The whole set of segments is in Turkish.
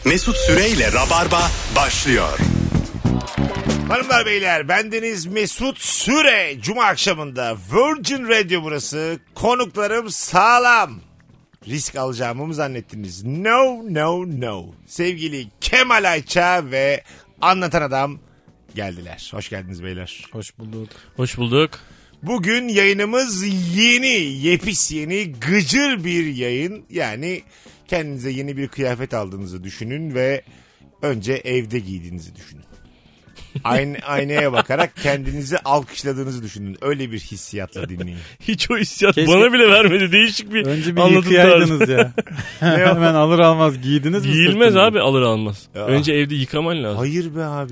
Mesut Süreyle Rabarba başlıyor. Hanımlar beyler, bendeniz Mesut Süre. Cuma akşamında Virgin Radio burası. Konuklarım sağlam. Risk alacağımı mı zannettiniz? No, no, no. Sevgili Kemal Ayça ve Anlatan Adam geldiler. Hoş geldiniz beyler. Hoş bulduk. Hoş bulduk. Bugün yayınımız yepis yeni, gıcır bir yayın. Yani kendinize yeni bir kıyafet aldığınızı düşünün ve önce evde giydiğinizi düşünün. Aynaya bakarak kendinizi alkışladığınızı düşünün. Öyle bir hissiyatla dinleyin. Hiç o hissiyat bana bile vermedi. Değişik bir Önce bir anlatım yıkayaydınız tarzı. ya. Hemen alır almaz giydiniz mi? Giyilmez sırtınızı? abi, alır almaz. Ya. Önce evde yıkaman lazım. Hayır be abi.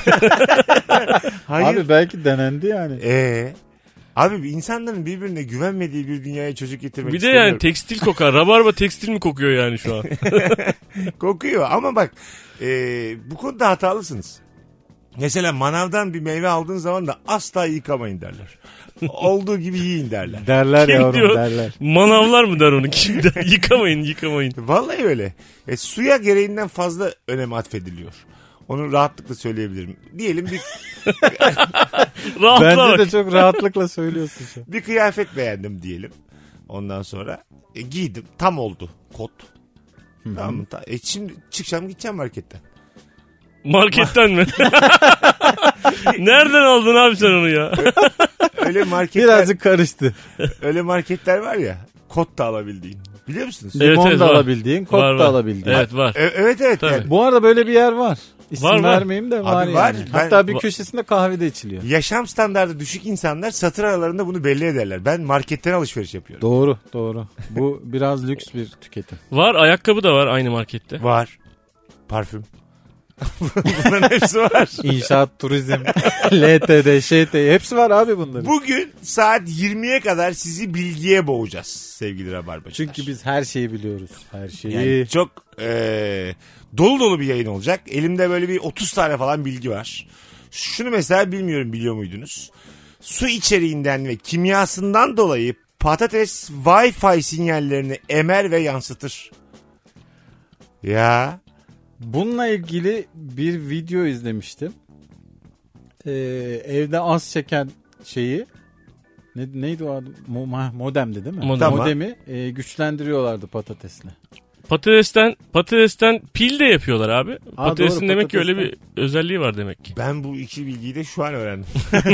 Hayır. Abi belki denendi yani. Abi insanların birbirine güvenmediği bir dünyaya çocuk getirmek Bir de istemiyorum. yani tekstil kokar. Rabarba tekstil mi kokuyor yani şu an? Kokuyor ama bak bu konuda hatalısınız. Mesela manavdan bir meyve aldığın zaman da asla yıkamayın derler. Olduğu gibi yiyin derler. Derler Kim yavrum diyor? derler. Manavlar mı der onu? Kim der? Yıkamayın. Vallahi öyle. Suya gereğinden fazla önem atfediliyor. Onu rahatlıkla söyleyebilirim. Diyelim Rahatla Bence bak. de çok rahatlıkla söylüyorsun şu an. bir kıyafet beğendim diyelim. Ondan sonra giydim. Tam oldu kot. Tamam mı? Şimdi çıkacağım, gideceğim marketten. Marketten mi? Nereden aldın abi sen onu ya? Öyle marketler, Birazcık karıştı. öyle marketler var ya, kot da alabildiğin. Biliyor musunuz? Evet, Limon da var. alabildiğin, kot Var. da alabildiğin. Evet var. Evet. Tabii. Yani Bu arada böyle bir yer var. İsim Var. vermeyeyim de var Abi yani. var. Hatta bir Va- köşesinde kahve de içiliyor. yaşam standartı düşük insanlar satır aralarında bunu belli ederler. Ben marketten alışveriş yapıyorum. Doğru. Bu biraz lüks bir tüketim. Var, ayakkabı da var aynı markette. Var. Parfüm. Bunların hepsi var. İnşaat, turizm, LTD, ŞT hepsi var abi bunların. Bugün saat 20'ye kadar sizi bilgiye boğacağız sevgili Rabarbacılar. Çünkü biz her şeyi biliyoruz. Her şeyi. yani çok dolu dolu bir yayın olacak. Elimde böyle bir 30 tane falan bilgi var. Şunu mesela bilmiyorum, biliyor muydunuz? Su içeriğinden ve kimyasından dolayı patates Wi-Fi sinyallerini emer ve yansıtır. Ya. Bununla ilgili bir video izlemiştim. Evde az çeken şeyi neydi o adı? Modemdi değil mi? Modem. Tamam. Modemi güçlendiriyorlardı patatesle. Patatesten pil de yapıyorlar abi. Patatesin doğru, demek ki öyle patatesten. bir özelliği var demek ki. Ben bu iki bilgiyi de şu an öğrendim.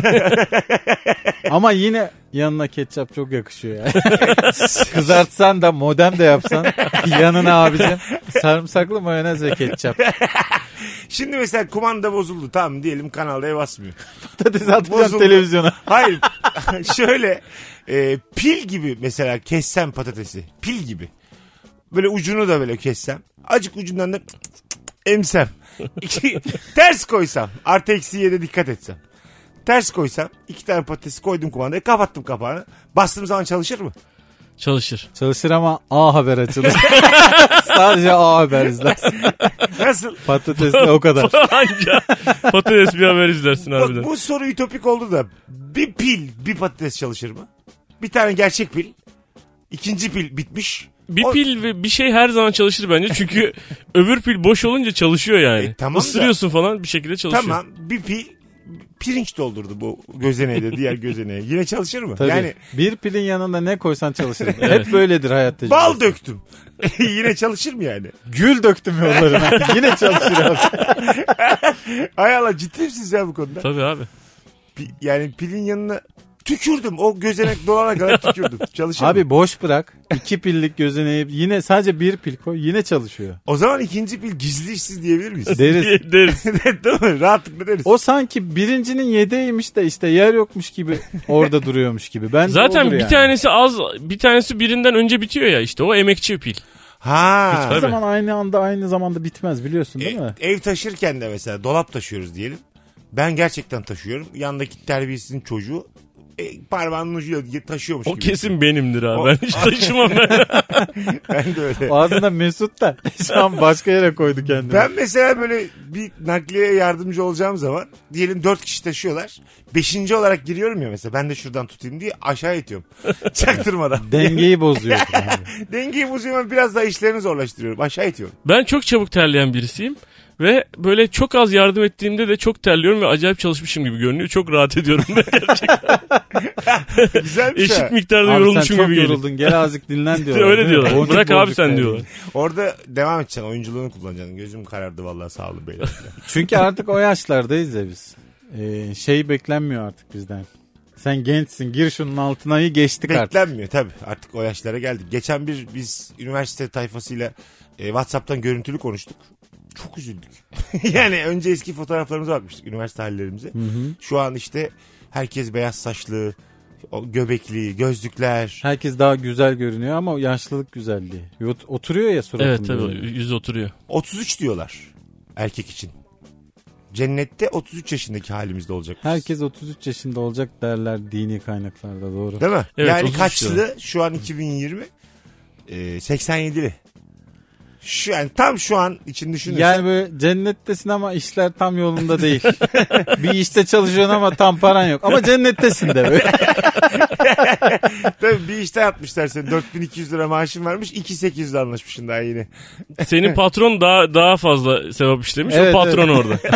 Ama yine yanına ketçap çok yakışıyor yani. Kızartsan da modem de yapsan yanına abicim sarımsaklı mayonez ve ketçap. Şimdi mesela kumanda bozuldu, tamam diyelim, Kanal D basmıyor. Patates atacaksın Bozuldu. televizyona. Hayır. Şöyle pil gibi mesela kessem patatesi. Pil gibi. Böyle ucunu da böyle kessem. Acık ucundan da emsem. Ters koysam. Artı eksiye de dikkat etsem. Ters koysam. 2 tane patatesi koydum kumandaya. Kapattım kapağını. Bastığım zaman çalışır mı? Çalışır. Çalışır ama A Haber açılır. Sadece A Haber izlersin. Nasıl? Patatesle o kadar. Anca patates bir haber izlersin Bak, harbiden. bu soru ütopik oldu da bir pil bir patates çalışır mı? Bir tane gerçek pil. İkinci pil bitmiş. Bir pil ve bir şey her zaman çalışır bence. Çünkü öbür pil boş olunca çalışıyor yani. Tamam da- Isırıyorsun falan bir şekilde çalışıyor. Tamam, bir pil pirinç doldurdu bu gözeneğe de, diğer gözeneğe. Yine çalışır mı? Tabii. Yani Bir pilin yanında ne koysan çalışır. Hep böyledir hayat tecrübesi. bal döktüm. Yine çalışır mı yani? Gül döktüm yollarına. Yine çalışır abi. Ay Allah, ciddi misiniz ya bu konuda? Tabii abi. Yani pilin yanına tükürdüm. O gözenek dolana kadar tükürdüm. Çalışır mı? Abi boş bırak. 2 pillik gözeneği yine sadece bir pil koy. Yine çalışıyor. O zaman ikinci pil gizli işsiz diyebilir miyiz? Deriz. Deriz. Değil mi? Rahatlıkla deriz. O sanki birincinin yedeğiymiş de işte yer yokmuş gibi orada duruyormuş gibi. Bence Zaten olur bir yani. tanesi az, bir tanesi birinden önce bitiyor ya, işte o emekçi pil. Ha. Hiçbir Tabii. zaman aynı anda aynı zamanda bitmez biliyorsun değil mi? Ev taşırken de mesela dolap taşıyoruz diyelim. Ben gerçekten taşıyorum. Yandaki terbiyesizin çocuğu parmağının ucuyla taşıyormuş O gibi. kesin benimdir abi. O- Ben hiç taşımam ben. Ben de öyle. O aslında Mesut da şu an başka yere koydu kendini. Ben mesela böyle bir nakliye yardımcı olacağım zaman diyelim 4 kişi taşıyorlar. 5. olarak giriyorum ya mesela ben de şuradan tutayım diye aşağı itiyorum. Çaktırmadan. Dengeyi bozuyor. Dengeyi bozuyorum biraz daha işlerini zorlaştırıyorum. Aşağı itiyorum. Ben çok çabuk terleyen birisiyim. Ve böyle çok az yardım ettiğimde de çok terliyorum ve acayip çalışmışım gibi görünüyor. Çok rahat ediyorum. Güzelmiş ha. Eşit miktarda Abi sen yorulmuşum çok gibi geliyor. yoruldun. Gel azıcık dinlen diyorlar. Öyle değil mi? diyorlar. Boncuk Bırak abi boncuk sen yani. diyorlar. Orada devam edeceksin. Oyunculuğunu kullanacaksın. Gözüm karardı vallahi sağ olun beyler. Çünkü artık o yaşlardayız ya biz. Şey beklenmiyor artık bizden. Sen gençsin gir şunun altına iyi geçtik artık. Beklenmiyor tabii. Artık o yaşlara geldik. Geçen biz üniversite tayfasıyla WhatsApp'tan görüntülü konuştuk. Çok üzüldük. Yani önce eski fotoğraflarımıza bakmıştık. Üniversite hallerimize. Şu an işte herkes beyaz saçlı, göbekli, gözlükler. Herkes daha güzel görünüyor ama o yaşlılık güzelliği. Oturuyor ya suratında. Evet tabii yüz oturuyor. 33 diyorlar erkek için. Cennette 33 yaşındaki halimizde olacak. Herkes 33 yaşında olacak derler dini kaynaklarda doğru. Değil mi? Evet, yani 33 kaçlı? Şu an 2020. 87'li. Yani tam şu an için düşünürsen. Yani böyle cennettesin ama işler tam yolunda değil. Bir işte çalışıyorsun ama tam paran yok. Ama cennettesin de böyle. Tabii bir işte yapmışlar seni. 4200 lira maaşın varmış. 2800'de anlaşmışsın daha yine. Senin patron daha fazla sevap işlemiş. Evet, o patron evet. orada.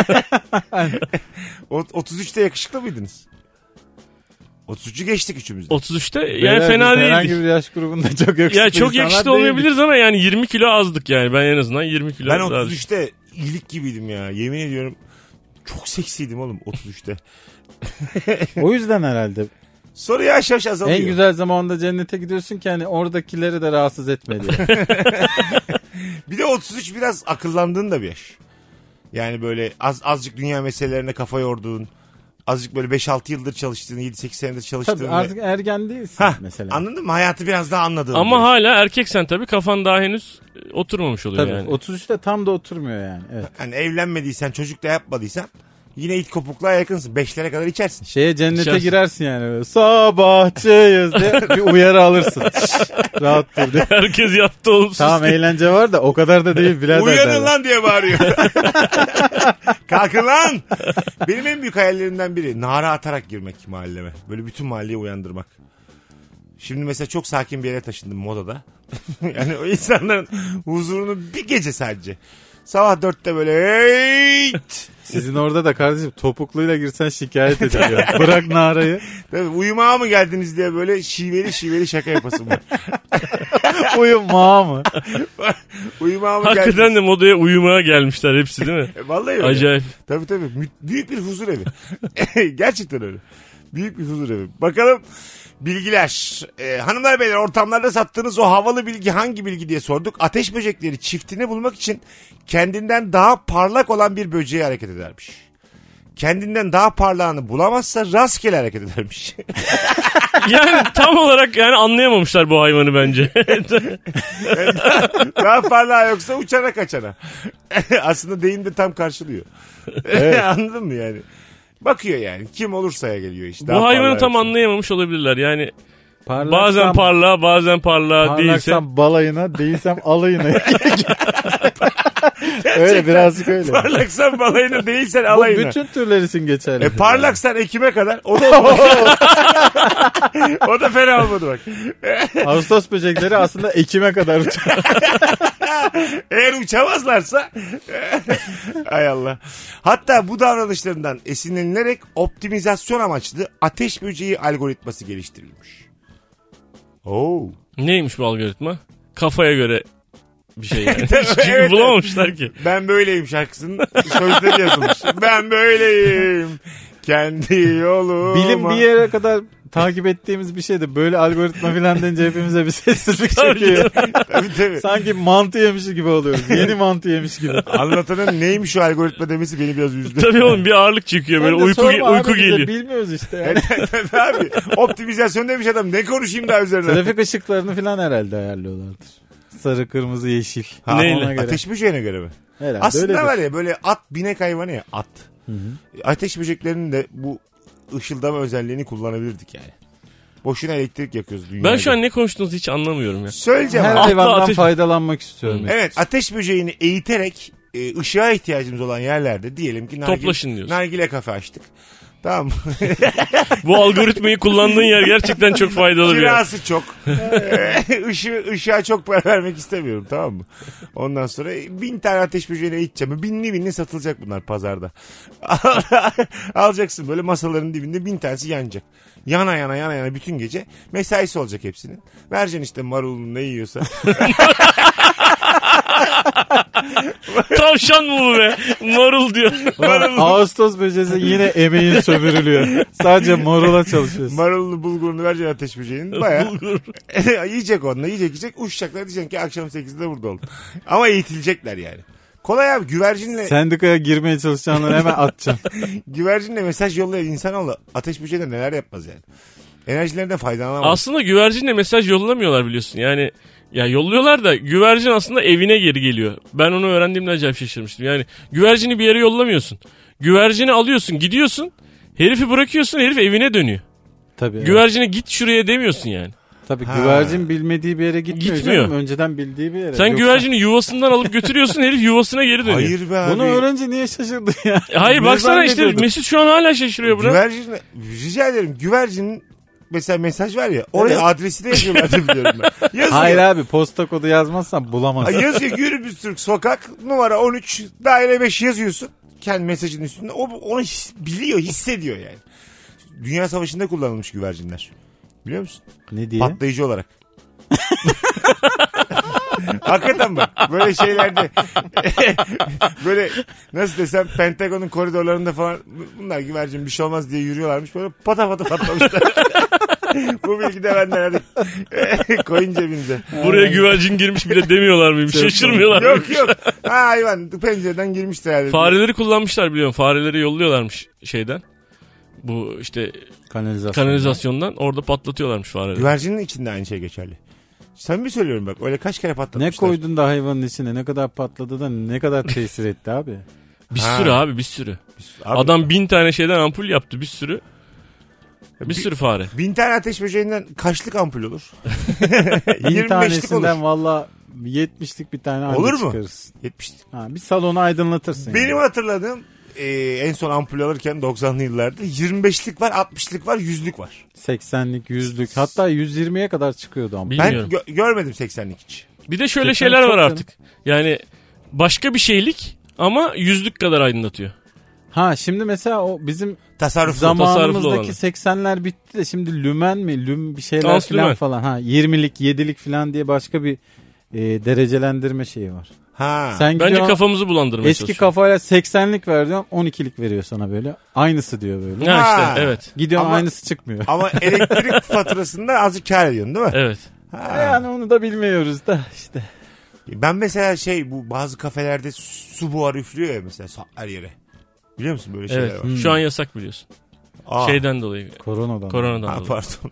33'te yakışıklı mıydınız? 33'ü geçtik üçümüz de. 33'te yani Beyler, fena biz herhangi değildik. bir yaş grubunda çok yakışıklı Ya çok insanlar yakışıklı değildik. olmayabiliriz ama yani 20 kilo azdık yani. Ben en azından 20 kilo Ben azdık. 33'te iyilik gibiydim ya. Yemin ediyorum. Çok seksiydim oğlum 33'te. O yüzden herhalde. Sonra yavaş yavaş azalıyor. En güzel zamanda cennete gidiyorsun ki hani oradakileri de rahatsız etme diye. Bir de 33 biraz akıllandığın da bir yaş. Yani böyle azıcık dünya meselelerine kafa yorduğun, azıcık böyle 5-6 yıldır çalıştığın, 7-8 senedir çalıştığın. Tabii artık ergen değilsin mesela. Anladın mı? Hayatı biraz daha anladığın. Ama bir yaş. hala erkeksen tabii kafan daha henüz oturmamış oluyor Tabii yani. 33'te tam da oturmuyor yani. Evet. Hani evlenmediysen, çocuk da yapmadıysan yine it kopukluğa yakınsın. 5'lere kadar içersin. Şeye cennete İçersin. girersin yani. Böyle, sabahçıyız diye bir uyarı alırsın. Rahat dur diye. Herkes yattı olumsuz. Tamam eğlence var da o kadar da değil birader. Uyanın derler. lan diye bağırıyor. Kalkın lan. Benim en büyük hayallerimden biri nara atarak girmek mahalleme. Böyle bütün mahalleyi uyandırmak. Şimdi mesela çok sakin bir yere taşındım Moda'da. Yani o insanların huzurunu bir gece sadece. Sabah 4'te böyle hey! Sizin orada da kardeşim topukluyla girsen şikayet ediliyor. Bırak narayı. Tabii uyumaya mı geldiniz diye böyle şiveli şaka yapasın var. Uyuma mı? Uyumaya mı Hakikaten geldiniz? de modaya uyumaya gelmişler hepsi değil mi? Vallahi öyle. Acayip. Tabii. Büyük bir huzur evi. Gerçekten öyle. Büyük bir huzur evi. Bakalım bilgiler. Hanımlar beyler ortamlarda sattığınız o havalı bilgi hangi bilgi diye sorduk. Ateş böcekleri çiftini bulmak için kendinden daha parlak olan bir böceği hareket edermiş. Kendinden daha parlağını bulamazsa rastgele hareket edermiş. Yani tam olarak yani anlayamamışlar bu hayvanı bence. Daha parlağı yoksa uçana kaçana. Aslında deyim de tam karşılıyor. Anladın mı yani? Bakıyor yani. Kim olursaya geliyor işte. Daha Bu hayvanı parlağı tam yoksa. anlayamamış olabilirler. Yani Parlaksam, bazen parlağa bazen parlağa değilse. parlaksam balayına değilsem alayına. Öyle birazcık öyle. Parlaksan balayına değilsen Bu alayına. bütün türler için geçerli. Parlaksan Ekim'e kadar o da o da fena olmadı bak. Ağustos böcekleri aslında Ekim'e kadar uçar. Eğer uçamazlarsa hay Allah. Hatta bu davranışlarından esinlenilerek optimizasyon amaçlı ateş böceği algoritması geliştirilmiş. Oo. Neymiş bu algoritma? Kafaya göre bir şey yani. Evet, Çünkü evet. bulamamışlar ki. Ben böyleyim şarkısının sözleri yazılmış. Ben böyleyim. Kendi yoluma. Bilim bir yere kadar takip ettiğimiz bir şeydi. Böyle algoritma filan deyince hepimize bir sessizlik Tabii, çöküyor. Tabii. Sanki mantı yemiş gibi oluyoruz. Yeni mantı yemiş gibi. Anlatanın neymiş o algoritma demesi beni biraz üzdü. Tabii oğlum bir ağırlık çekiyor böyle Sen de uyku sorma abi bize, geliyor. Bilmiyoruz işte. Yani. Tabii abi. Optimizasyon demiş adam. Ne konuşayım daha üzerine? Trafik ışıklarını filan herhalde ayarlıyorlardır. Sarı, kırmızı, yeşil. Ha, Neyle? Ona göre. ateş böceğine göre mi? Herhalde Aslında öyledir. var ya böyle at binek hayvanı ya at. Ateş böceklerinin de bu ışıldama özelliğini kullanabilirdik yani. Boşuna elektrik yakıyoruz dünyada. Ben şu an ne konuştuğunuzu hiç anlamıyorum ya. Söyleyeceğim Her ama. hayvandan ateş- faydalanmak istiyorum. Evet, ateş böceğini eğiterek ışığa ihtiyacımız olan yerlerde diyelim ki Toplaşın diyorsun. nargile kafe açtık. Tamam mı? Bu algoritmayı kullandığın yer gerçekten çok faydalı bir yer. Kirası çok. Işığa çok para vermek istemiyorum, tamam mı? Ondan sonra 1000 tane ateş böceğine eğiteceğim. Binli satılacak bunlar pazarda. Alacaksın böyle masaların dibinde 1000 tanesi yanacak. Yana yana bütün gece. Mesaisi olacak hepsinin. Vereceksin işte marulunu ne yiyorsa. Tavşan mı bu be? Marul diyor. Ulan Ağustos böcesi yine emeğin sömürülüyor. Sadece morula çalışıyorsun. Marulunu bulgurunu vereceksin ateş böceğinin. Bayağı yiyecek onunla yiyecek. Uçacaklar, diyeceksin ki akşam 8'de burada olun. Ama eğitilecekler yani. Kolay abi, güvercinle Sendikaya girmeye çalışanları hemen atacaksın. güvercinle mesaj yollayan insanoğlu ateş böceğine neler yapmaz yani. Enerjilerinden faydalanamaz. Aslında güvercinle mesaj yollamıyorlar biliyorsun. Yani ya yolluyorlar da güvercin aslında evine geri geliyor. Ben onu öğrendiğimde acayip şaşırmıştım. Yani güvercini bir yere yollamıyorsun. Güvercini alıyorsun, gidiyorsun. Herifi bırakıyorsun, herif evine dönüyor. Tabii. Evet. Güvercine git şuraya demiyorsun yani. Tabii Ha. güvercin bilmediği bir yere gitmiyor. Gitmiyor. Canım. Önceden bildiği bir yere. Sen Yoksa- güvercini yuvasından alıp götürüyorsun, herif yuvasına geri dönüyor. Hayır be abi. Bunu öğrenci niye şaşırdı ya? Hayır Ne baksana işte zannediyordun? Mesut şu an hala şaşırıyor bro. Güvercinle, rica ederim, güvercinin mesela mesaj var ya, oraya Evet. adresi de yazıyorlar diye biliyorum ben. Yazıyor. Hayır abi, posta kodu yazmazsan bulamazsın. Yazıyor, Gürbüz Türk sokak numara 13 daire 5 yazıyorsun. Kendi mesajın üstünde. O onu biliyor, hissediyor yani. Dünya Savaşı'nda kullanılmış güvercinler. Biliyor musun? Ne diye? Patlayıcı olarak. Hakikaten bak, böyle şeylerde böyle nasıl desem Pentagon'un koridorlarında falan bunlar güvercin bir şey olmaz diye yürüyorlarmış, böyle pata pata patlamışlar. Bu bilgi de benden, hadi koyun cebinize. Buraya güvercin girmiş bile demiyorlar mıyım? Şaşırmıyorlar Yok mıyım? yok. Ha, hayvan pencereden girmiştir herhalde. Fareleri kullanmışlar biliyorum. Fareleri yolluyorlarmış şeyden. Bu işte kanalizasyondan orada patlatıyorlarmış fareleri. Güvercinin içinde aynı şey geçerli. Samimi söylüyorum bak, öyle kaç kere patlatmışlar. Ne koydun da hayvanın içine, ne kadar patladı da ne kadar tesir etti abi. Bir Ha. sürü abi bir sürü. Abi, Adam 1000 tane şeyden ampul yaptı bir sürü. Bir sürü fare. 1000 tane ateş böceğinden kaçlık ampul olur? 1000 25'lik olur. tanesinden valla 70'lik bir tane anca Olur mu? çıkarırsın. 70. Ha, bir salonu aydınlatırsın. Benim yani. hatırladığım en son ampul alırken 90'lı yıllarda 25'lik var, 60'lık var, 100'lük var. 80'lik, 100'lük, hatta 120'ye kadar çıkıyordu ama. Bilmiyorum. Ben görmedim 80'lik hiç. Bir de şöyle 80 şeyler çok var canım. artık. Yani başka bir şeylik ama 100'lük kadar aydınlatıyor. Ha şimdi mesela o bizim Tasarruflu. tasarruflu zamanımızdaki olanı. 80'ler bitti de şimdi lümen mi? Lüm bir şeyler Dans falan lümen. falan. Ha 20'lik, 7'lik falan diye başka bir derecelendirme şeyi var. Ha. Sen Bence gidiyorsun, kafamızı bulandırmaya eski çalışıyor. kafayla 80'lik ver diyorsun, 12'lik veriyor sana böyle. Aynısı diyor böyle. Ha Ha. işte evet. Gidiyorsun Ama- aynısı çıkmıyor. Ama elektrik faturasında azıcık kar ediyorsun değil mi? Evet. Ha. Yani onu da bilmiyoruz da işte. Ben mesela bu bazı kafelerde su buharı üflüyor ya mesela her yere. Biliyor musun böyle şeyler Evet. var? Şu an yasak biliyorsun. Aa. Şeyden dolayı. Koronadan. Koronadan Ha, dolayı. pardon.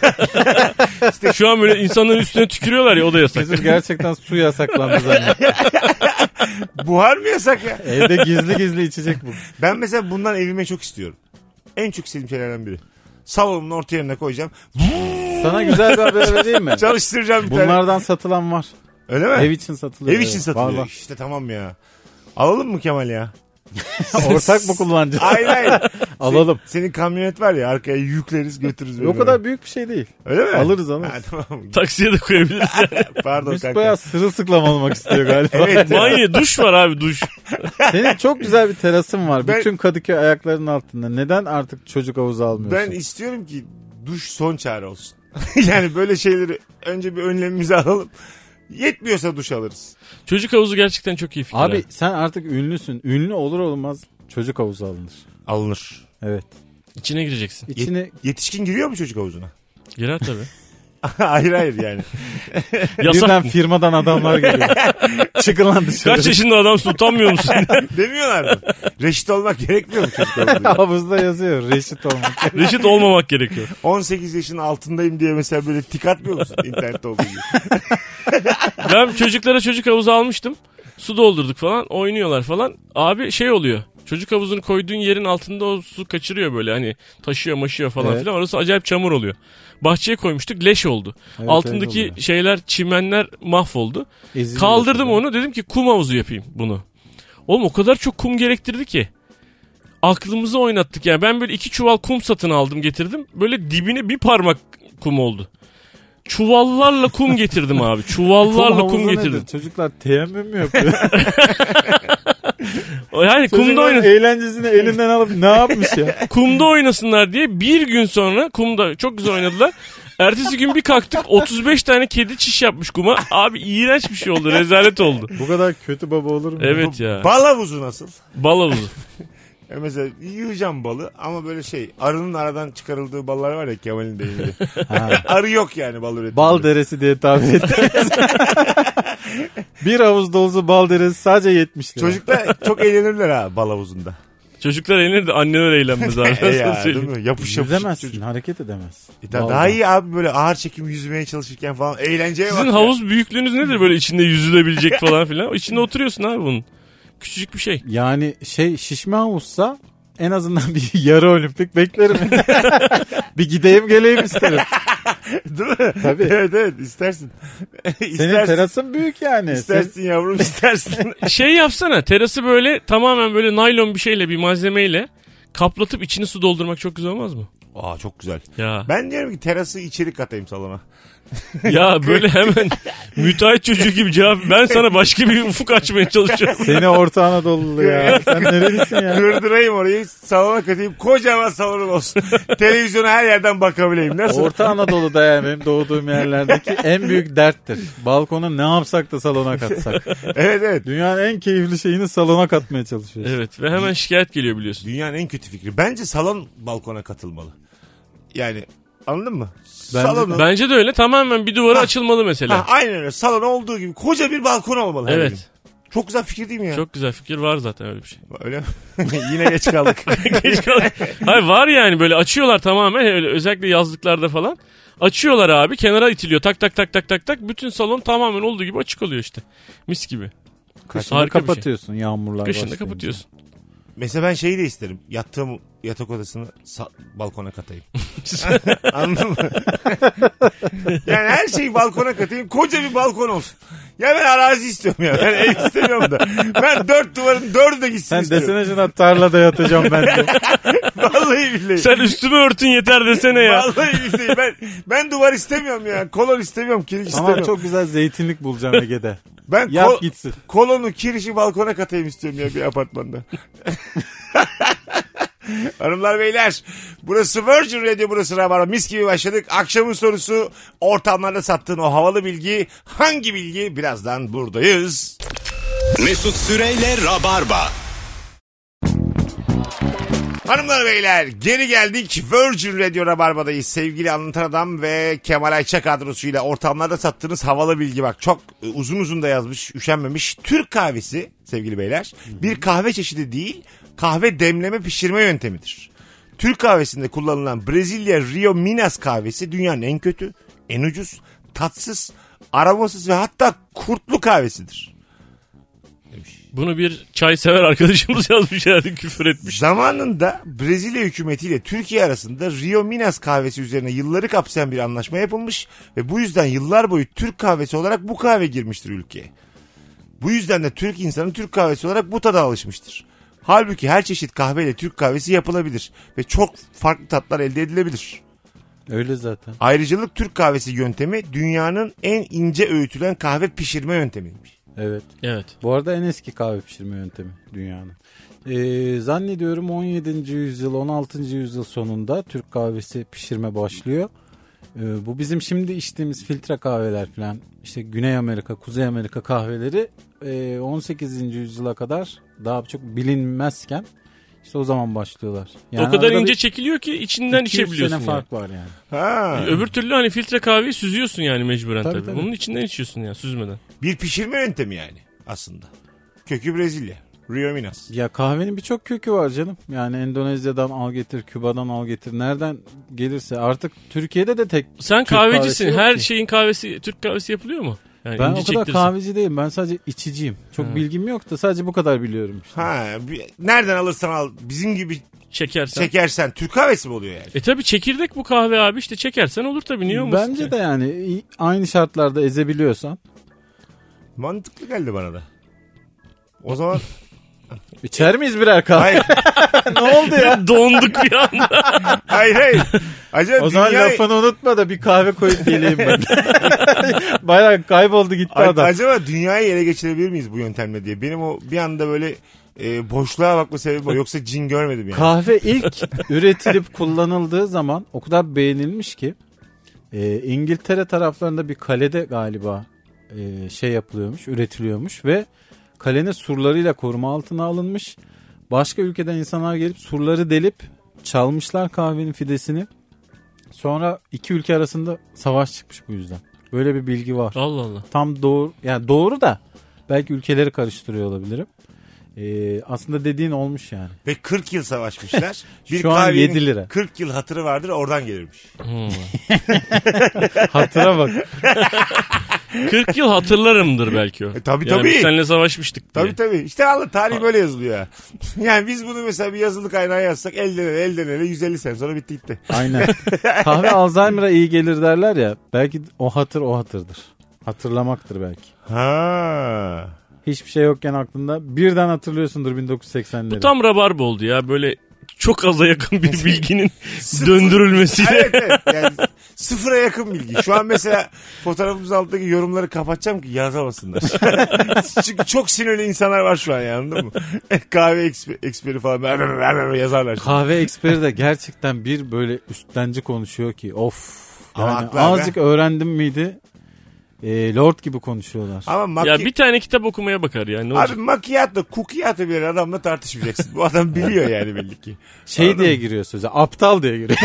Şu an böyle insanların üstüne tükürüyorlar ya o da yasak. Mesut gerçekten su yasaklandı zaten. Buhar mı yasak ya? Evde gizli gizli içecek bu. Ben mesela bundan evime çok istiyorum. En çok istediğim şeylerden biri. Salonumun orta yerine koyacağım. Sana güzel bir haber vereyim mi? Çalıştıracağım bir tane. Bunlardan satılan var. Öyle mi? Ev için satılıyor. Ev için evet. satılıyor. Var, var. İşte tamam ya. Alalım mı Kemal ya? Ortak mı kullanacağız? Hayır hayır. Alalım. Senin kamyonet var ya, arkaya yükleriz götürürüz. O kadar büyük bir şey değil. Öyle mi? Alırız. Ha, tamam. Taksiye de koyabiliriz. Pardon Biz kanka. bayağı sırılsıklam olmak istiyor galiba. Evet. Banyo duş var abi duş. Senin çok güzel bir terasın var. Ben- Bütün Kadıköy ayaklarının altında. Neden artık çocuk havuzu almıyorsun? Ben istiyorum ki duş son çare olsun. Yani böyle şeyleri önce bir önlemimizi alalım. Yetmiyorsa duş alırız. Çocuk havuzu gerçekten çok iyi fikir. Abi ha. sen artık ünlüsün. Ünlü olur olmaz çocuk havuzu alınır. Alınır. Evet. İçine gireceksin. İçine Yetişkin giriyor mu çocuk havuzuna? Girer tabii. hayır yani. Yasak birden mı? firmadan adamlar geliyor. Çıkın lan dışarı. Kaç yaşında adamsın utanmıyor musun? Demiyorlar mı? Reşit olmak gerekmiyor mu çocuk havuzunda? Havuzda yazıyor. Reşit olmak. Reşit olmamak gerekiyor. 18 yaşın altındayım diye mesela böyle tik atmıyor musun internette olduğu gibi? Ben çocuklara çocuk havuzu almıştım. Su doldurduk falan oynuyorlar falan. Abi şey oluyor. Çocuk havuzunu koyduğun yerin altında o su kaçırıyor böyle hani taşıyor maşıyor falan Evet. filan. Orası acayip çamur oluyor. Bahçeye koymuştuk, leş oldu. Evet, Altındaki öyle oluyor. şeyler, çimenler mahvoldu. Eziliyor Kaldırdım sonra. onu, dedim ki kum havuzu yapayım bunu. Oğlum o kadar çok kum gerektirdi ki. Aklımızı oynattık yani. Ben böyle 2 çuval kum satın aldım, getirdim. Böyle dibine bir parmak kum oldu. Çuvallarla kum getirdim abi. Çuvallarla kum havuzu getirdim. nedir? Çocuklar teyemmüm mü yapıyor? Yani kumda Çocuklar oynasın. eğlencesini elinden alıp ne yapmış ya? Kumda oynasınlar diye bir gün sonra kumda çok güzel oynadılar. Ertesi gün bir kalktık 35 tane kedi çiş yapmış kuma. Abi iğrenç bir şey oldu. Rezalet oldu. Bu kadar kötü baba olur mu? Evet ya. Bal havuzu nasıl? Bal havuzu. Mesela yiyeceğim balı ama böyle arının aradan çıkarıldığı ballar var ya Kemal'in deyimiyle. Ha. Arı yok yani bal üretimi. Bal deresi diye tabir ettim. Bir havuz dolusu bal deresi sadece 70 lira. Çocuklar çok eğlenirler ha bal havuzunda. Çocuklar eğlenir de anneler eğlenmez abi. Ya, Nasıl değil söyleyeyim? mi? Yapış Yüzemezsin, çocuk. hareket edemezsin. Daha Baldan. iyi abi böyle ağır çekim yüzmeye çalışırken falan eğlenceye bak. Sizin ya. havuz büyüklüğünüz nedir böyle içinde yüzülebilecek falan filan? İçinde oturuyorsun abi bunun. Küçücük bir şey. Yani şişme havuzsa en azından bir yarı olimpik beklerim. Bir gideyim geleyim isterim. Değil mi? Tabii. Evet istersin. Senin terasın büyük yani. İstersin yavrum istersin. Şey yapsana, terası böyle tamamen böyle naylon bir şeyle, bir malzemeyle kaplatıp içini su doldurmak çok güzel olmaz mı? Aa çok güzel. Ya. Ben diyorum ki terası içeri katayım salona. Ya böyle hemen müteahhit çocuğu gibi cevap. Ben sana başka bir ufuk açmaya çalışıyorum. Seni Orta Anadolu'lu ya. Sen nerelisin ya? Kırdırayım orayı salona katayım. Kocaman salonum olsun. Televizyona her yerden bakabileyim. Nasıl? Orta Anadolu'da yani benim doğduğum yerlerdeki en büyük derttir. Balkona ne yapsak da salona katsak. Evet. Dünyanın en keyifli şeyini salona katmaya çalışıyoruz. Evet ve hemen şikayet geliyor biliyorsun. Dünyanın en kötü fikri. Bence salon balkona katılmalı. Yani anladın mı? Bence- Salonu. Bence de öyle, tamamen bir duvara açılmalı mesela. Aynen öyle. Salon olduğu gibi koca bir balkon olmalı. her Evet. gün. Çok güzel fikir değil mi ya? Çok güzel fikir, var zaten öyle bir şey. Öyle mi? Yine geç kaldık. Geç kaldık. Hayır var yani, böyle açıyorlar tamamen, öyle özellikle yazlıklarda falan. Açıyorlar abi, kenara itiliyor, tak tak tak tak tak tak, bütün salon tamamen olduğu gibi açık oluyor işte. Mis gibi. Kışını Harika bir şey. kapatıyorsun yağmurlar Kışında başlayınca. kapatıyorsun. Mesela ben şeyi de isterim. Yattığım yatak odasını balkona katayım. Anladın mı? Yani her şeyi balkona katayım. Koca bir balkon olsun. Ya ben arazi istiyorum ya. Ben ev istemiyorum da. Ben 4 duvarın 4'ü de gitsin Sen istiyorum. desene şuna tarlada yatacağım ben de. Vallahi billahi. Sen üstümü örtün yeter desene ya. Vallahi billahi. Ben duvar istemiyorum ya. Kolon istemiyorum. Kiriş Ama istemiyorum. çok güzel zeytinlik bulacağım Ege'de. Ben Yat gitsin. kolonu kirişi balkona katayım istiyorum ya bir apartmanda. Hanımlar beyler, burası Virgin Radio, burası Rabarba. Mis gibi başladık. Akşamın sorusu, ortamlarda sattığın o havalı bilgi hangi bilgi? Birazdan buradayız. Mesut Süreyle Rabarba. Hanımlar beyler, geri geldik. Virgin Radio Rabarba'dayız. Sevgili Anlatan Adam ve Kemal Ayça kadrosuyla ortamlarda sattığınız havalı bilgi. Bak çok uzun uzun da yazmış, üşenmemiş. Türk kahvesi sevgili beyler bir kahve çeşidi değil, kahve demleme pişirme yöntemidir. Türk kahvesinde kullanılan Brezilya Rio Minas kahvesi dünyanın en kötü, en ucuz, tatsız, aromasız ve hatta kurtlu kahvesidir. Bunu bir çay sever arkadaşımız yazmış herhalde, küfür etmiş. Zamanında Brezilya hükümetiyle Türkiye arasında Rio Minas kahvesi üzerine yılları kapsayan bir anlaşma yapılmış ve bu yüzden yıllar boyu Türk kahvesi olarak bu kahve girmiştir ülkeye. Bu yüzden de Türk insanı Türk kahvesi olarak bu tada alışmıştır. Halbuki her çeşit kahveyle Türk kahvesi yapılabilir ve çok farklı tatlar elde edilebilir. Öyle zaten. Ayrıcalık Türk kahvesi yöntemi dünyanın en ince öğütülen kahve pişirme yöntemiymiş. Evet. Evet. Bu arada en eski kahve pişirme yöntemi dünyanın. Zannediyorum 17. yüzyıl 16. yüzyıl sonunda Türk kahvesi pişirme başlıyor. Bu bizim şimdi içtiğimiz filtre kahveler falan, işte Güney Amerika, Kuzey Amerika kahveleri 18. yüzyıla kadar daha çok bilinmezken işte o zaman başlıyorlar. O kadar arada ince bir çekiliyor ki içinden 200 içebiliyorsun. sene Yani. fark var yani. Ha. Öbür türlü hani filtre kahveyi süzüyorsun yani mecburen Tabii, tabii. tabii. Bunun içinden içiyorsun ya, süzmeden. Bir pişirme yöntemi yani aslında. Kökü Brezilya. Rio Minas. Ya kahvenin birçok kökü var canım. Yani Endonezya'dan al getir, Küba'dan al getir. Nereden gelirse artık Türkiye'de de tek Sen Türk kahvesi kahvecisin. yok Her ki. şeyin kahvesi, Türk kahvesi yapılıyor mu? Yani Ben ince o kadar çektirirsin. kahveci değilim. Ben sadece içiciyim. Çok bilgim yok da sadece bu kadar biliyorum. Işte. Nereden alırsan al bizim gibi Çekersen. çekersen Türk kahvesi mi oluyor yani? Tabi çekirdek bu kahve abi, işte çekersen olur tabii, niye olmasın? Bence de yani aynı şartlarda ezebiliyorsan. Mantıklı geldi bana da. O zaman İçer miyiz birer kahve? hayır Ne oldu ya? Donduk bir anda. hayır. Acaba O zaman lafını unutma da bir kahve koyup geleyim ben. Bayağı kayboldu gitti adam. Acaba dünyayı ele geçirebilir miyiz bu yöntemle diye. Benim o bir anda böyle boşluğa bakma sebebim o. Yoksa cin görmedim yani. Kahve ilk üretilip kullanıldığı zaman o kadar beğenilmiş ki İngiltere taraflarında bir kalede galiba şey yapılıyormuş, üretiliyormuş ve kalenin surlarıyla koruma altına alınmış. Başka ülkeden insanlar gelip surları delip çalmışlar kahvenin fidesini. Sonra iki ülke arasında savaş çıkmış bu yüzden. Böyle bir bilgi var. Allah Allah. Tam doğru, yani doğru da belki ülkeleri karıştırıyor olabilirim. Aslında dediğin olmuş yani. Ve 40 yıl savaşmışlar. Bir Şu an kahvenin 7 lira. 40 yıl hatırı vardır, oradan gelirmiş. Hatıra bak. 40 yıl hatırlarımdır belki o. Tabii Yani tabii. biz seninle savaşmıştık diye. Tabii. İşte Allah tarih böyle yazılıyor ya. Yani biz bunu mesela bir yazılı kaynağa yazsak elden ele 150 sene sonra bitti gitti. Aynen. Kahve Alzheimer'a iyi gelir derler ya. Belki o hatırdır. Hatırlamaktır belki. Ha. Hiçbir şey yokken aklında birden hatırlıyorsundur 1980'leri. Bu tam rabarba oldu ya, böyle çok aza yakın bir bilginin döndürülmesiyle. Evet. Yani sıfıra yakın bilgi. Şu an mesela fotoğrafımız alttaki yorumları kapatacağım ki yazamasınlar. Çünkü çok sinirli insanlar var şu an ya, anladın mı? Kahve eksperi falan yazarlar. Şimdi. Kahve eksperi de gerçekten bir böyle üstlenci konuşuyor ki of. Ama Yani haklı abi. azıcık öğrendim miydi? Lord gibi konuşuyorlar. Ama Ya bir tane kitap okumaya bakar yani, ne olacak? Abi macchiato, cucchiato bir adamla tartışmayacaksın. Bu adam biliyor yani belli ki. Şey diye giriyor söze. Aptal diye giriyor.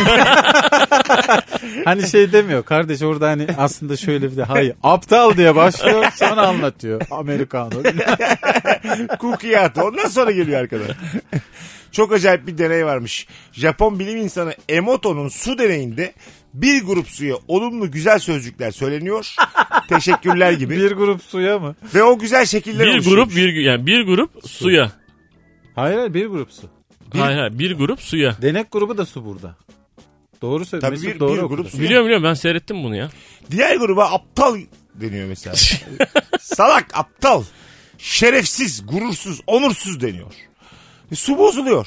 Hani şey demiyor. Kardeş orada hani aslında şöyle bir de hayır. Aptal diye başlıyor sonra anlatıyor. Amerikano. Cucchiato. Ondan sonra geliyor arkadan. Çok acayip bir deney varmış. Japon bilim insanı Emoto'nun su deneyinde bir grup suya olumlu güzel sözcükler söyleniyor. Teşekkürler gibi. Bir grup suya mı? Ve o güzel şekiller Bir grup yani bir grup suya. Hayır bir grup su. Hayır bir grup suya. Denek grubu da su burada. Doğru söylüyorsun. Tabii Doğru bir okudu. grup suya. Biliyorum ben seyrettim bunu ya. Diğer gruba aptal deniyor mesela. Salak, aptal, şerefsiz, gurursuz, onursuz deniyor. Su bozuluyor.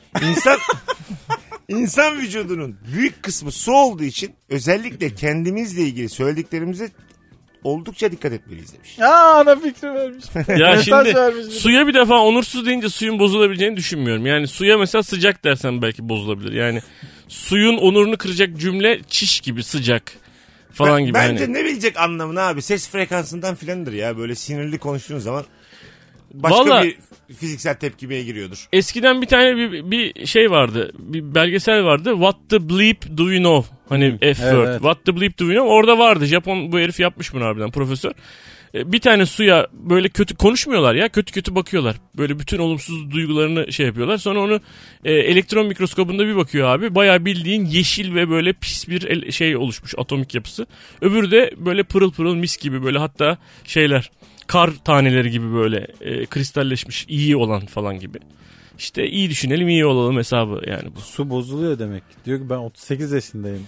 İnsan vücudunun büyük kısmı su olduğu için özellikle kendimizle ilgili söylediklerimize oldukça dikkat etmeliyiz demiş. Ana fikri vermiş. Ya Mesaj şimdi vermiş. suya bir defa onursuz deyince suyun bozulabileceğini düşünmüyorum. Yani suya mesela sıcak dersen belki bozulabilir. Yani suyun onurunu kıracak cümle çiş gibi sıcak falan gibi. Bence hani. ne bilecek anlamını abi, ses frekansından filandır ya, böyle sinirli konuştuğun zaman başka Vallahi, bir fiziksel tepkimeye giriyordur. eskiden bir tane bir şey vardı. Bir belgesel vardı. What the bleep do you know? Hani F-word. evet. What the bleep do you know? Orada vardı. Japon bu herif yapmış bunu harbiden, profesör. Bir tane suya böyle kötü konuşmuyorlar ya. Kötü bakıyorlar. Böyle bütün olumsuz duygularını şey yapıyorlar. Sonra onu elektron mikroskobunda bir bakıyor abi. Bayağı bildiğin yeşil ve böyle pis bir şey oluşmuş, atomik yapısı. Öbürü de böyle pırıl pırıl mis gibi, böyle hatta şeyler, kar taneleri gibi böyle kristalleşmiş, iyi olan falan gibi. İşte iyi düşünelim, iyi olalım hesabı yani bu. Su bozuluyor demek. Diyor ki ben 38 yaşındayım.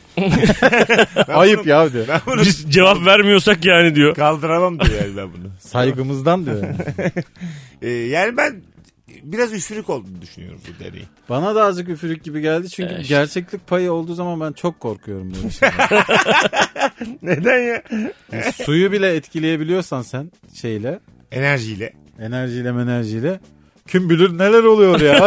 Ayıp ya diyor. Ben bunu Biz cevap vermiyorsak yani diyor. kaldıramam diyor yani ben bunu. Saygımızdan diyor. Yani ben biraz üfürük olduğunu düşünüyorum bu deneyi. Bana da azıcık üfürük gibi geldi çünkü İşte. gerçeklik payı olduğu zaman ben çok korkuyorum böyle şeylerden. Neden ya? Suyu bile etkileyebiliyorsan sen şeyle, Enerjiyle. enerjiyle kim bilir neler oluyor ya.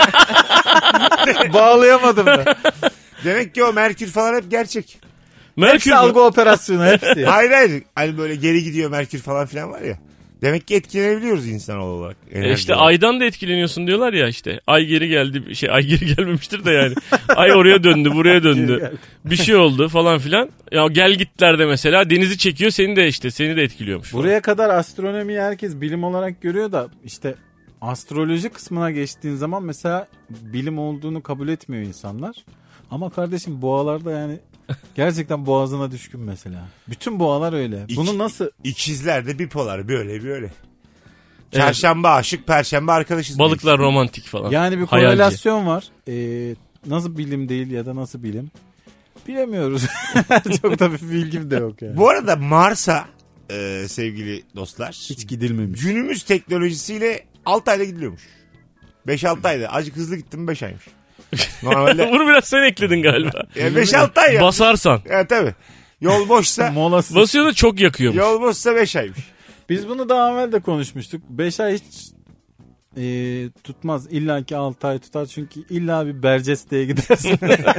Bağlayamadım da. Demek ki o Merkür falan hep gerçek. Merkür Hepsi mü? algı operasyonu hepsi. Hayır. Hani böyle geri gidiyor Merkür falan filan var ya. Demek ki etkilenebiliyoruz insan olarak. İşte aydan da etkileniyorsun diyorlar ya işte. Ay geri geldi. Ay geri gelmemiştir de yani. Ay oraya döndü, buraya döndü. Bir şey oldu falan filan. Ya gel gitlerde mesela denizi çekiyor, seni de etkiliyormuş. falan. Buraya kadar astronomiyi herkes bilim olarak görüyor da işte astroloji kısmına geçtiğin zaman mesela bilim olduğunu kabul etmiyor insanlar. Ama kardeşim boğalarda yani Gerçekten boğazına düşkün mesela. Bütün boğalar öyle. Bunu nasıl... İkizler de bipolar böyle böyle. Çarşamba aşık, perşembe arkadaşız. Balıklar romantik falan. Yani bir Hayalci. korelasyon var. Nasıl bilim değil ya da nasıl bilim? Bilemiyoruz. Çok da bir bilgim de yok yani. Bu arada Mars'a sevgili dostlar. Hiç gidilmemiş. Günümüz teknolojisiyle 6 ayda gidiliyormuş. 5-6 ayda. Azıcık hızlı gittim 5 aymış. Normalde Bunu biraz sen ekledin galiba. 5-6 ay ya. Basarsan. Evet tabii. Yol boşsa Molasız. Basıyor da çok yakıyormuş. yol boşsa 5 aymış. Biz bunu daha evvel de konuşmuştuk. 5 ay hiç tutmaz. İlla ki 6 ay tutar. Çünkü illa bir Berceste'ye gidersin.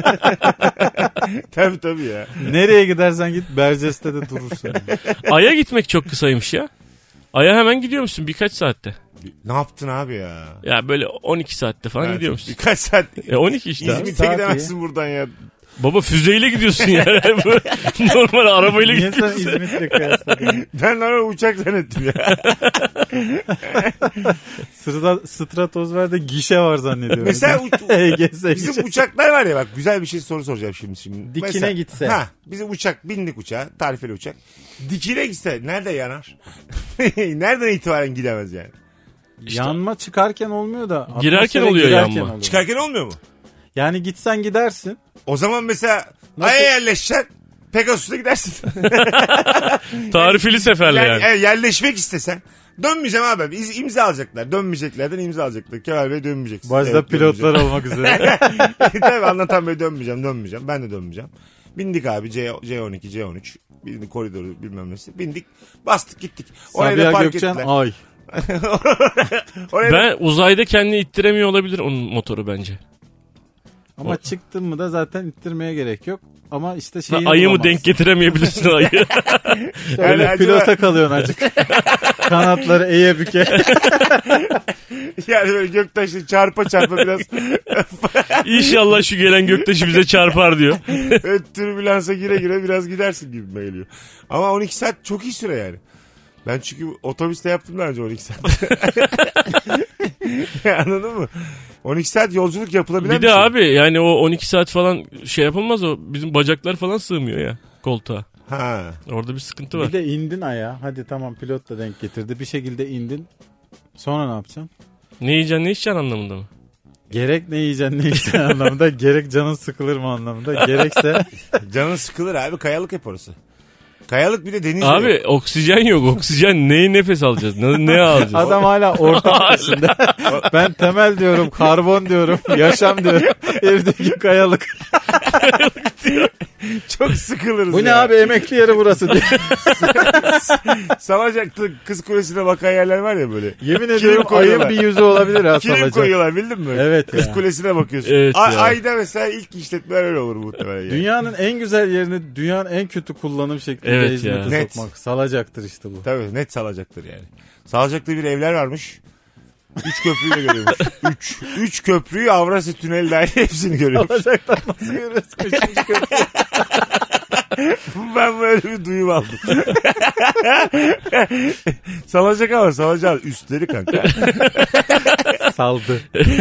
Tabii ya. Nereye gidersen git Berceste'de durursun. Ay'a gitmek çok kısaymış ya. Ay'a hemen gidiyormuşsun birkaç saatte. Ne yaptın abi ya? Ya böyle 12 saatte falan Evet, gidiyormuşsun. Birkaç saat. 12 işte abi. İzmit'e Saat gidemezsin buradan ya. Baba füzeyle gidiyorsun yani. Normal arabayla Niye sen gidiyorsun. İzmit'le kıyasladın? Ben normal uçak zannettim ya. Stratosfer'de gişe var zannediyorum. Mesela EGS bizim gişesi. uçaklar var ya bak güzel bir soru soracağım şimdi. Dikine Mesela, gitse. Ha, bizim uçak bindik uçağa tarifeli uçak. Dikine gitse nerede yanar? Nereden itibaren gidemez yani? Yanma çıkarken olmuyor da. Girerken atmosfere oluyor girerken yanma. oluyor. Çıkarken olmuyor mu? Yani gitsen gidersin. O zaman mesela Nasıl? Ay'a yerleşeceksin. Pegasus'ta gidersin. Tarifeli seferle yani. Evet, yerleşmek istesen. Dönmeyeceğim abi. İmza alacaklar. Dönmeyeceklerden imza alacaklar. Kemal Bey dönmeyeceksin. Başta Evet, pilotlar olmak üzere. Tabii anlatan Bey dönmeyeceğim. Ben de dönmeyeceğim. Bindik abi C12, C13. Bindik koridoru bilmem nesi. Bindik bastık gittik. Oraya da Sabiha park Gökçen ettiler. ay. Oraya da- Ben uzayda kendini ittiremiyor olabilir onun motoru bence. Ama çıktın mı da zaten ittirmeye gerek yok. Ama işte şeyini Ayı mı bulamazsın. denk getiremeyebilirsin ayı. Öyle Yani pilota acaba- kalıyorsun acık. Kanatları eğe büke. Yani böyle göktaşı çarpa biraz İnşallah şu gelen göktaşı bize çarpar diyor. türbülansa gire biraz gidersin gibi geliyor. Ama 12 saat çok iyi süre yani. Ben çünkü otobüste yaptım daha önce 12 saat. Anladın mı? 12 saat yolculuk yapılabilen Bir de abi yani o 12 saat falan şey yapılmaz, o bizim bacaklar falan sığmıyor ya koltuğa. Ha. Orada bir sıkıntı var. Bir de indin aya. Hadi tamam pilot da denk getirdi. Bir şekilde indin. Sonra ne yapacaksın? Ne yiyeceksin ne içeceksin anlamında mı? Gerek ne yiyeceksin ne içeceksin anlamında. Gerek canın sıkılır mı anlamında. Gerekse Canın sıkılır abi, kayalık hep orası. Kayalık bir de deniz. Abi yok. oksijen yok. Oksijen neyi nefes alacağız? Ne alacağız? adam hala ortam içinde. Ben temel diyorum, karbon diyorum, yaşam diyorum. Evdeki kayalık. Çok sıkılırız Bu ya. ne abi, emekli yeri burası diye. Salacak'ta Kız Kulesi'ne bakan yerler var ya böyle. Yemin Kilim ediyorum koyuyorlar. ayın bir yüzü olabilir ha Kilim Salacak. koyuyorlar bildin mi? Evet Kız ya. Kulesi'ne bakıyorsun. Evet ya. Ayda mesela ilk işletmeler öyle olur muhtemelen. Yani. Dünyanın en güzel yerini dünyanın en kötü kullanım şeklinde Evet hizmete ya. Net. sokmak. Salacaktır işte bu. Tabii net Salacak'tır yani. Salacak'ta bir evler varmış. 3 köprüyü de görüyormuş. 3 köprüyü, Avrasya Tüneli dahil hepsini görüyormuş. Salacaktan nasıl görüyorsun? Üçüncü köprü. Ben böyle bir duyum aldım. Salacak ama Salacak üstleri kanka. Saldı.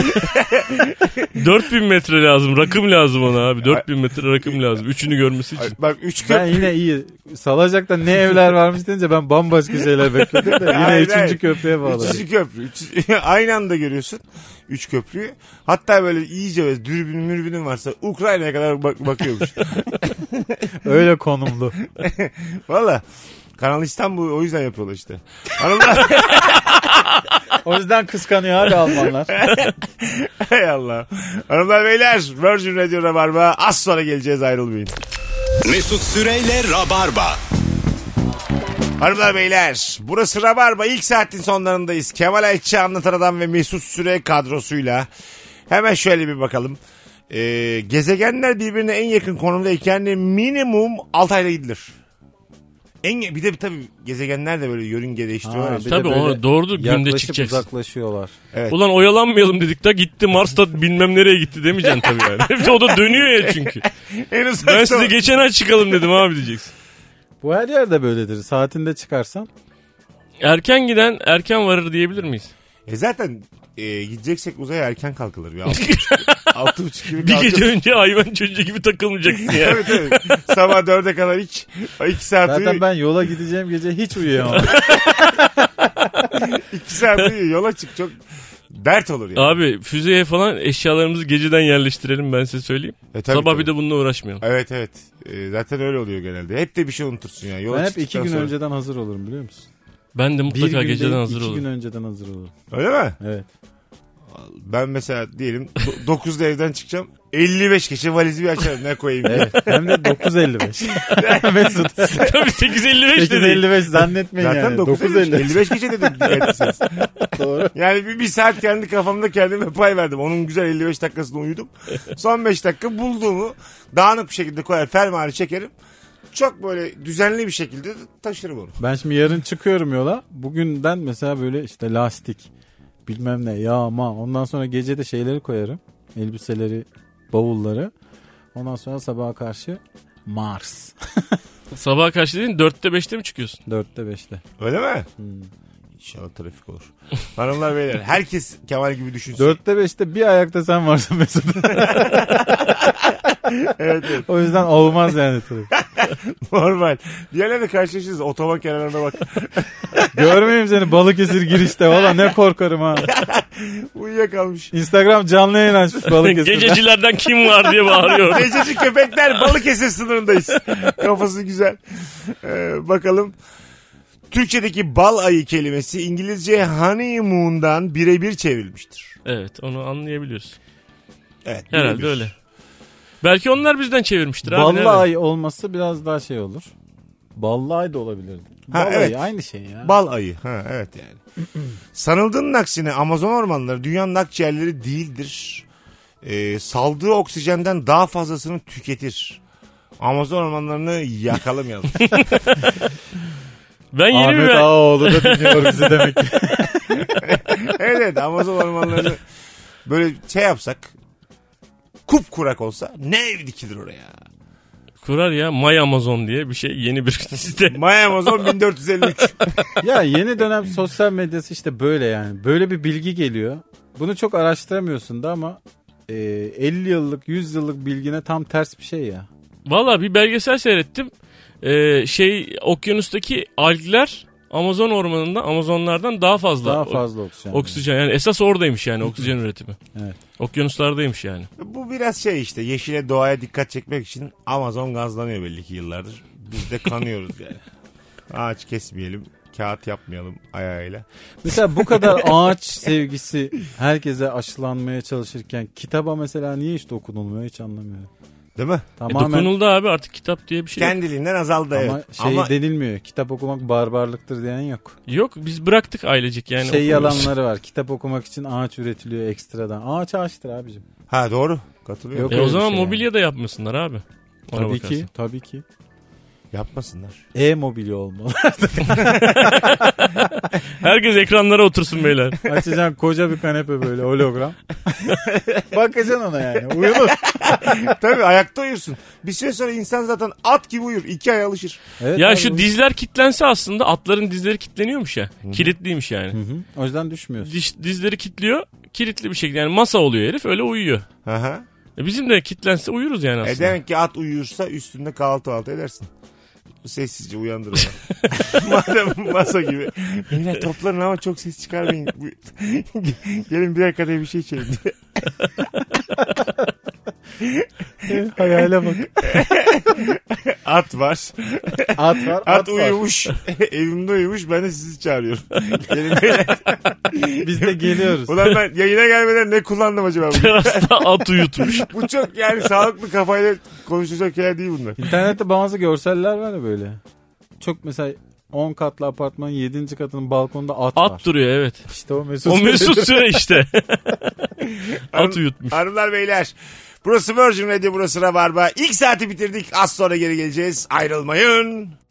4000 metre lazım. Rakım lazım ona abi. 4000 metre rakım lazım. Üçünü görmesi için. Bak 3 Ben köprü. yine iyi. Salacak'ta ne evler varmış deyince ben bambaşka şeyler bekliyordum da yine Hayır, üçüncü hayır. köprüye bağladım. 3. köprü. Aynı anda görüyorsun 3 köprüyü. Hatta böyle iyice böyle dürbünün varsa Ukrayna'ya kadar bakıyormuş. Öyle konumlu. Valla. Kanal İstanbul o yüzden yapıyorlar işte. Hanımlar. O yüzden kıskanıyor abi Almanlar. Hay Allah. Hanımlar beyler, Virgin Radio Rabarba, az sonra geleceğiz, ayrılmayın. Mesut Süreyle Rabarba. Hanımlar beyler, burası Rabarba, ilk saatin sonlarındayız. Kemal Ayçi, Anlatan Adam ve Mesut Süre kadrosuyla. Hemen şöyle bir bakalım. Gezegenler birbirine en yakın konumdayken minimum 6 ayda gidilir. Bir de tabii gezegenler de böyle yörünge değiştiriyorlar. Ha, ya. bir de Tabii böyle o doğrudur, günde yaklaşıp çıkacaksın. uzaklaşıyorlar. Evet. Ulan oyalanmayalım dedik da gitti Mars'ta bilmem nereye gitti demeyeceksin tabii yani. O da dönüyor ya çünkü. En uzak Ben son- size geçen ay çıkalım dedim abi diyeceksin. Bu her yerde böyledir. Saatinde çıkarsan. Erken giden erken varır diyebilir miyiz? Zaten gideceksek uzaya erken kalkılır. 6.30 gibi Bir kalkacağız. gece önce hayvan çocuğu gibi takılmayacaksın ya. Tabii tabii. Sabah 4'e kadar hiç. 2 saat Zaten uyu. ben yola gideceğim gece hiç uyuyamam. 2 saat uyu. Yola çık. Çok dert olur yani. Abi füzeye falan eşyalarımızı geceden yerleştirelim ben size söyleyeyim. Tabii, Sabah tabii. bir de bununla uğraşmayalım. Evet evet. Zaten öyle oluyor genelde. Hep de bir şey unutursun yani. Yola Ben hep 2 çıktıktan gün sonra. önceden hazır olurum biliyor musun? Ben de Bir mutlaka gün geceden değil, hazır 2 gün olurum. önceden hazır olurum. Öyle mi? Evet. Ben mesela diyelim 9'da evden çıkacağım. 55 kişi valizi bir açarım. Ne koyayım diye. Evet. Hem de 9.55. Mesut. Tabii 8.55 dedi. 8.55 zannetmeyin Zaten yani. 9.55. 55 kişi dedim. Dikkatlısınız. Doğru. Yani bir saat kendi kafamda kendime pay verdim. Onun güzel 55 dakikasını uyudum. Son 5 dakika bulduğumu dağınık bir şekilde koyar. Fermuarı çekerim. Çok böyle düzenli bir şekilde taşırım onu. Ben şimdi yarın çıkıyorum yola. Bugünden mesela böyle işte lastik bilmem ne yağma. Ondan sonra gece de şeyleri koyarım. Elbiseleri, bavulları. Ondan sonra sabaha karşı Mars. Sabah kaç dedin? 4'te 5'te mi çıkıyorsun? 4'te 5'te. Öyle mi? İnşallah trafik olur. Hanımlar beyler herkes Kemal gibi düşünsün. 4'te 5'te bir ayakta sen varsın Mesut. Evet, evet. O yüzden olmaz yani trafik. Normal. Bir yerlerde karşılaşırız. Otoban kenarlarına bak. Görmeyeyim seni Balıkesir girişte. Valla ne korkarım ha. Uyuyakalmış. Instagram canlı yayın açmış Balıkesir'de. Gececilerden kim var diye bağırıyor. Gececi köpekler Balıkesir sınırındayız. Kafası güzel. Bakalım. Türkçedeki bal ayı kelimesi İngilizce honeymoon'dan birebir çevrilmiştir. Evet onu anlayabiliyoruz. Evet. Herhalde birebir. öyle. Belki onlar bizden çevirmiştir abi. Ballı nereden? ay olması biraz daha şey olur. Ballı ay da olabilirdi. Ha, Bal evet. ayı aynı şey ya. Bal ayı. Ha, evet yani. Sanıldığının aksine Amazon ormanları dünyanın akciğerleri değildir. Saldığı oksijenden daha fazlasını tüketir. Amazon ormanlarını yakalım yazmış. Ben yeni Ahmet bir Ağaoğlu da dinliyor bizi demek ki. Evet Amazon ormanlarını böyle şey yapsak kupkurak olsa ne ev dikilir oraya. kurar ya My Amazon diye bir şey yeni bir site. My Amazon 1453. Ya yeni dönem sosyal medyası işte böyle yani. Böyle bir bilgi geliyor. Bunu çok araştıramıyorsun da ama 50 yıllık 100 yıllık bilgine tam ters bir şey ya. Valla bir belgesel seyrettim. Okyanustaki algler Amazon ormanında Amazonlardan daha fazla. Daha fazla oksijen. Oksijen yani esas oradaymış yani oksijen üretimi. Evet. Okyanuslardaymış yani. Bu biraz şey işte yeşile doğaya dikkat çekmek için Amazon gazlanıyor belli ki yıllardır. Biz de kanıyoruz yani. Ağaç kesmeyelim, kağıt yapmayalım ayağıyla. Mesela bu kadar ağaç sevgisi herkese aşılanmaya çalışırken kitaba mesela niye hiç dokunulmuyor hiç anlamıyorum. Değil mi? Tamamen Dokunuldu abi artık kitap diye bir şey yok. Kendiliğinden azaldı ama evet. şey denilmiyor. Kitap okumak barbarlıktır diyen yok. Yok biz bıraktık ailecek yani. Şey okumuyoruz. yalanları var. Kitap okumak için ağaç üretiliyor ekstradan. Ağaç ağaçtır abicim. Ha doğru. Katılıyorum. Yok. O öyle zaman bir şey mobilya da yapmasınlar abi. Ona Tabii bakarsın. ki, tabii ki. Yapmasınlar. E-mobilya olmalı. Herkes ekranlara otursun beyler. Açacaksın koca bir kanepe böyle hologram. Bakacaksın ona yani. Uyulur. Tabii ayakta uyursun. Bir süre sonra insan zaten at gibi uyur. 2 ay alışır. Evet, Ya abi, şu dizler kilitlense aslında atların dizleri kilitleniyormuş ya. Kilitliymiş yani. Hı hı. O yüzden düşmüyorsun. Dizleri kilitliyor. Kilitli bir şekilde yani masa oluyor herif öyle uyuyor. Aha. Bizim de kilitlense uyuruz yani aslında. Demek ki at uyursa üstünde kahvaltı edersin. Sessizce uyandır onu. Madem masa gibi. Beyler toplanın ama çok ses çıkarmayın. Gelin birer kadeh bir şey içelim diye. Hayale bak. At var. At var. At var. uyumuş. Evimde uyumuş. Ben de sizi çağırıyorum. Gelin beyler. Biz de geliyoruz. Ulan ben yayına gelmeden ne kullandım acaba? Terasta at uyutmuş. Bu çok yani sağlıklı kafayla konuşacak şeyler değil bunlar. İnternette bazı görseller var ya böyle. Çok mesela 10 katlı apartmanın 7. katının balkonunda at var. At duruyor evet. İşte o Mesut. O Mesut Süre işte. At uyutmuş. Hanımlar beyler. Burası Virgin Radio, burası Rabarba. İlk saati bitirdik. Az sonra geri geleceğiz. Ayrılmayın.